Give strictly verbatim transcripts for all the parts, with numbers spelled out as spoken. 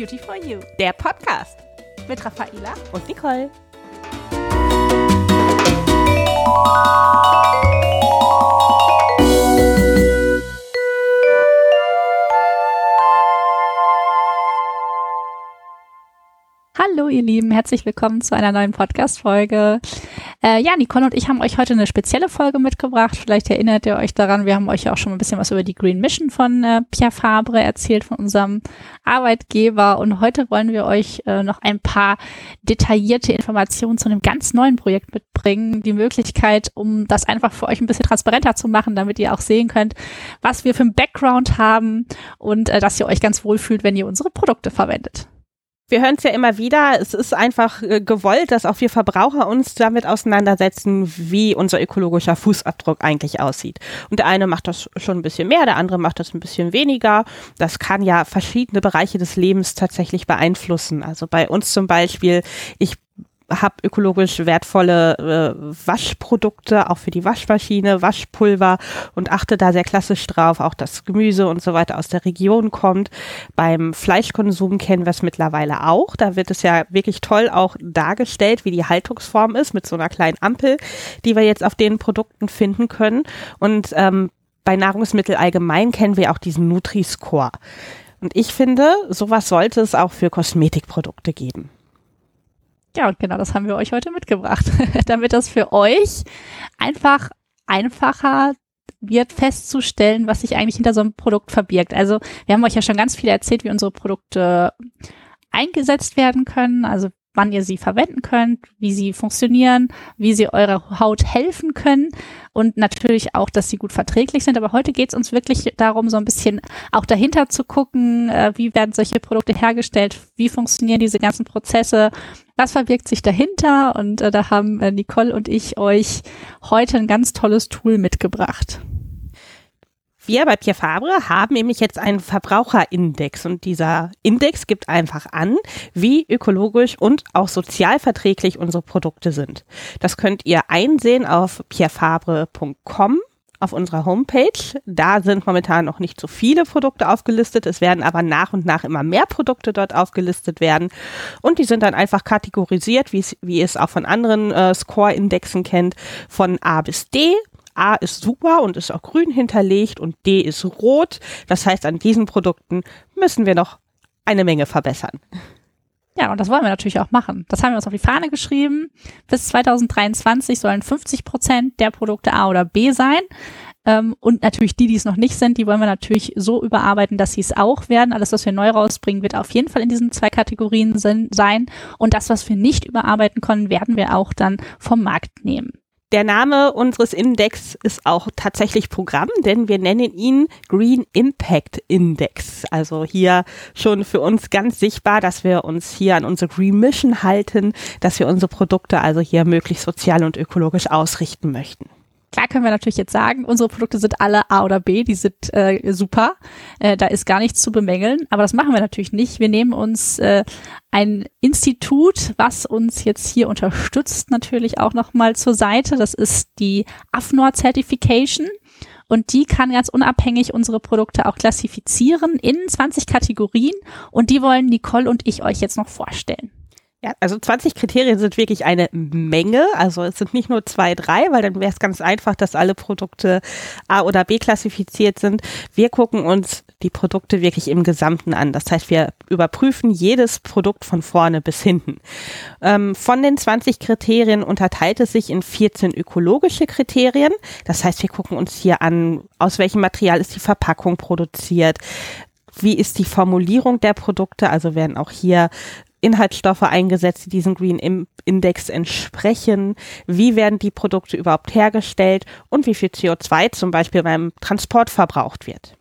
Beauty for You, der Podcast mit Raffaela und Nicole. Hallo ihr Lieben, herzlich willkommen zu einer neuen Podcast-Folge. Äh, ja, Nicole und ich haben euch heute eine spezielle Folge mitgebracht. Vielleicht erinnert ihr euch daran, wir haben euch ja auch schon ein bisschen was über die Green Mission von äh, Pierre Fabre erzählt, von unserem Arbeitgeber. Und heute wollen wir euch äh, noch ein paar detaillierte Informationen zu einem ganz neuen Projekt mitbringen. Die Möglichkeit, um das einfach für euch ein bisschen transparenter zu machen, damit ihr auch sehen könnt, was wir für einen Background haben und äh, dass ihr euch ganz wohl fühlt, wenn ihr unsere Produkte verwendet. Wir hören es ja immer wieder, es ist einfach äh, gewollt, dass auch wir Verbraucher uns damit auseinandersetzen, wie unser ökologischer Fußabdruck eigentlich aussieht. Und der eine macht das schon ein bisschen mehr, der andere macht das ein bisschen weniger. Das kann ja verschiedene Bereiche des Lebens tatsächlich beeinflussen. Also bei uns zum Beispiel, ich habe ökologisch wertvolle äh, Waschprodukte, auch für die Waschmaschine, Waschpulver und achte da sehr klassisch drauf, auch dass Gemüse und so weiter aus der Region kommt. Beim Fleischkonsum kennen wir es mittlerweile auch. Da wird es ja wirklich toll auch dargestellt, wie die Haltungsform ist mit so einer kleinen Ampel, die wir jetzt auf den Produkten finden können. Und ähm, bei Nahrungsmitteln allgemein kennen wir auch diesen Nutri-Score. Und ich finde, sowas sollte es auch für Kosmetikprodukte geben. Ja, und genau das haben wir euch heute mitgebracht, damit das für euch einfach einfacher wird festzustellen, was sich eigentlich hinter so einem Produkt verbirgt. Also wir haben euch ja schon ganz viel erzählt, wie unsere Produkte eingesetzt werden können, also wann ihr sie verwenden könnt, wie sie funktionieren, wie sie eurer Haut helfen können und natürlich auch, dass sie gut verträglich sind. Aber heute geht es uns wirklich darum, so ein bisschen auch dahinter zu gucken, äh, wie werden solche Produkte hergestellt, wie funktionieren diese ganzen Prozesse, was verbirgt sich dahinter und äh, da haben äh, Nicole und ich euch heute ein ganz tolles Tool mitgebracht. Wir bei Pierre Fabre haben nämlich jetzt einen Verbraucherindex und dieser Index gibt einfach an, wie ökologisch und auch sozialverträglich unsere Produkte sind. Das könnt ihr einsehen auf pierre fabre punkt com auf unserer Homepage. Da sind momentan noch nicht so viele Produkte aufgelistet. Es werden aber nach und nach immer mehr Produkte dort aufgelistet werden und die sind dann einfach kategorisiert, wie, wie ihr es auch von anderen äh, Score-Indexen kennt, von A bis D. A ist super und ist auch grün hinterlegt und D ist rot. Das heißt, an diesen Produkten müssen wir noch eine Menge verbessern. Ja, und das wollen wir natürlich auch machen. Das haben wir uns auf die Fahne geschrieben. Bis zwanzig dreiundzwanzig sollen fünfzig Prozent der Produkte A oder B sein. Ähm, und natürlich die, die es noch nicht sind, die wollen wir natürlich so überarbeiten, dass sie es auch werden. Alles, was wir neu rausbringen, wird auf jeden Fall in diesen zwei Kategorien sind, sein. Und das, was wir nicht überarbeiten können, werden wir auch dann vom Markt nehmen. Der Name unseres Index ist auch tatsächlich Programm, denn wir nennen ihn Green Impact Index. Also hier schon für uns ganz sichtbar, dass wir uns hier an unsere Green Mission halten, dass wir unsere Produkte also hier möglichst sozial und ökologisch ausrichten möchten. Klar können wir natürlich jetzt sagen, unsere Produkte sind alle A oder B, die sind äh, super, äh, da ist gar nichts zu bemängeln, aber das machen wir natürlich nicht. Wir nehmen uns äh, ein Institut, was uns jetzt hier unterstützt, natürlich auch nochmal zur Seite. Das ist die A F N O R Certification und die kann ganz unabhängig unsere Produkte auch klassifizieren in zwanzig Kategorien und die wollen Nicole und ich euch jetzt noch vorstellen. Ja, also zwanzig Kriterien sind wirklich eine Menge. Also es sind nicht nur zwei, drei, weil dann wäre es ganz einfach, dass alle Produkte A oder B klassifiziert sind. Wir gucken uns die Produkte wirklich im Gesamten an. Das heißt, wir überprüfen jedes Produkt von vorne bis hinten. Ähm, von den zwanzig Kriterien unterteilt es sich in vierzehn ökologische Kriterien. Das heißt, wir gucken uns hier an, aus welchem Material ist die Verpackung produziert, wie ist die Formulierung der Produkte, also werden auch hier Inhaltsstoffe eingesetzt, die diesem Green Index entsprechen, wie werden die Produkte überhaupt hergestellt und wie viel C O zwei zum Beispiel beim Transport verbraucht wird.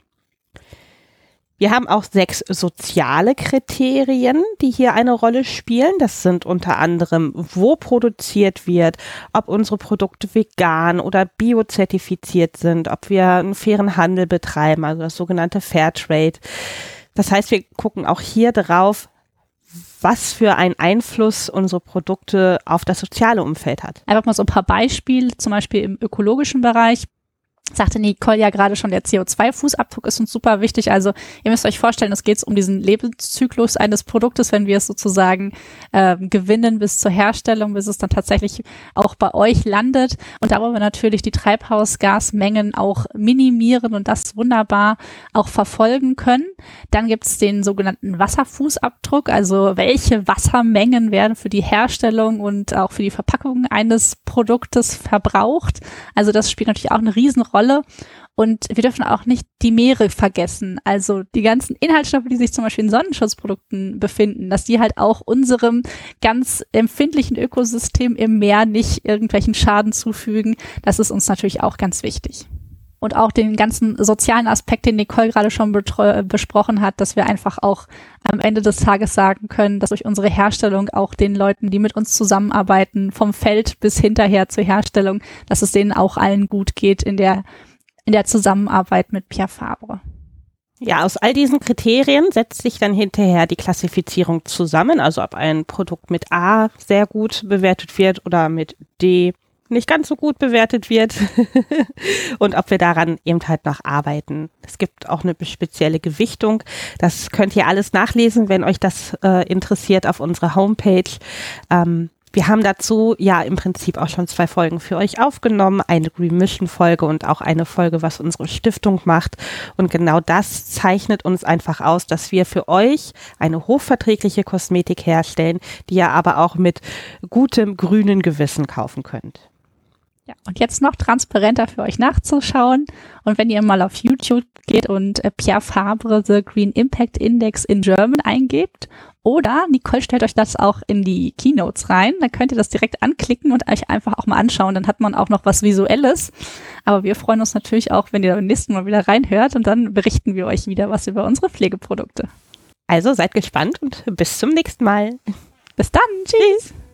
Wir haben auch sechs soziale Kriterien, die hier eine Rolle spielen. Das sind unter anderem, wo produziert wird, ob unsere Produkte vegan oder biozertifiziert sind, ob wir einen fairen Handel betreiben, also das sogenannte Fairtrade. Das heißt, wir gucken auch hier drauf, was für einen Einfluss unsere Produkte auf das soziale Umfeld hat. Einfach mal so ein paar Beispiele, zum Beispiel im ökologischen Bereich. sagte Nicole ja gerade schon, der C O zwei Fußabdruck ist uns super wichtig. Also ihr müsst euch vorstellen, es geht um diesen Lebenszyklus eines Produktes, wenn wir es sozusagen äh, gewinnen bis zur Herstellung, bis es dann tatsächlich auch bei euch landet. Und da wollen wir natürlich die Treibhausgasmengen auch minimieren und das wunderbar auch verfolgen können. Dann gibt es den sogenannten Wasserfußabdruck, also welche Wassermengen werden für die Herstellung und auch für die Verpackung eines Produktes verbraucht. Also das spielt natürlich auch eine Riesenrolle. Und wir dürfen auch nicht die Meere vergessen. Also die ganzen Inhaltsstoffe, die sich zum Beispiel in Sonnenschutzprodukten befinden, dass die halt auch unserem ganz empfindlichen Ökosystem im Meer nicht irgendwelchen Schaden zufügen. Das ist uns natürlich auch ganz wichtig. Und auch den ganzen sozialen Aspekt, den Nicole gerade schon betreu- besprochen hat, dass wir einfach auch am Ende des Tages sagen können, dass durch unsere Herstellung auch den Leuten, die mit uns zusammenarbeiten, vom Feld bis hinterher zur Herstellung, dass es denen auch allen gut geht in der, in der Zusammenarbeit mit Pierre Fabre. Ja, aus all diesen Kriterien setzt sich dann hinterher die Klassifizierung zusammen, also ob ein Produkt mit A sehr gut bewertet wird oder mit D nicht ganz so gut bewertet wird und ob wir daran eben halt noch arbeiten. Es gibt auch eine spezielle Gewichtung. Das könnt ihr alles nachlesen, wenn euch das äh, interessiert, auf unserer Homepage. Ähm, wir haben dazu ja im Prinzip auch schon zwei Folgen für euch aufgenommen, eine Green Mission Folge und auch eine Folge, was unsere Stiftung macht. Und genau das zeichnet uns einfach aus, dass wir für euch eine hochverträgliche Kosmetik herstellen, die ihr aber auch mit gutem grünen Gewissen kaufen könnt. Ja, und jetzt noch transparenter für euch nachzuschauen. Und wenn ihr mal auf YouTube geht und äh, Pierre Fabre The Green Impact Index in German eingebt, oder Nicole stellt euch das auch in die Keynotes rein, dann könnt ihr das direkt anklicken und euch einfach auch mal anschauen. Dann hat man auch noch was Visuelles. Aber wir freuen uns natürlich auch, wenn ihr beim nächsten Mal wieder reinhört und dann berichten wir euch wieder was über unsere Pflegeprodukte. Also seid gespannt und bis zum nächsten Mal. Bis dann. Tschüss.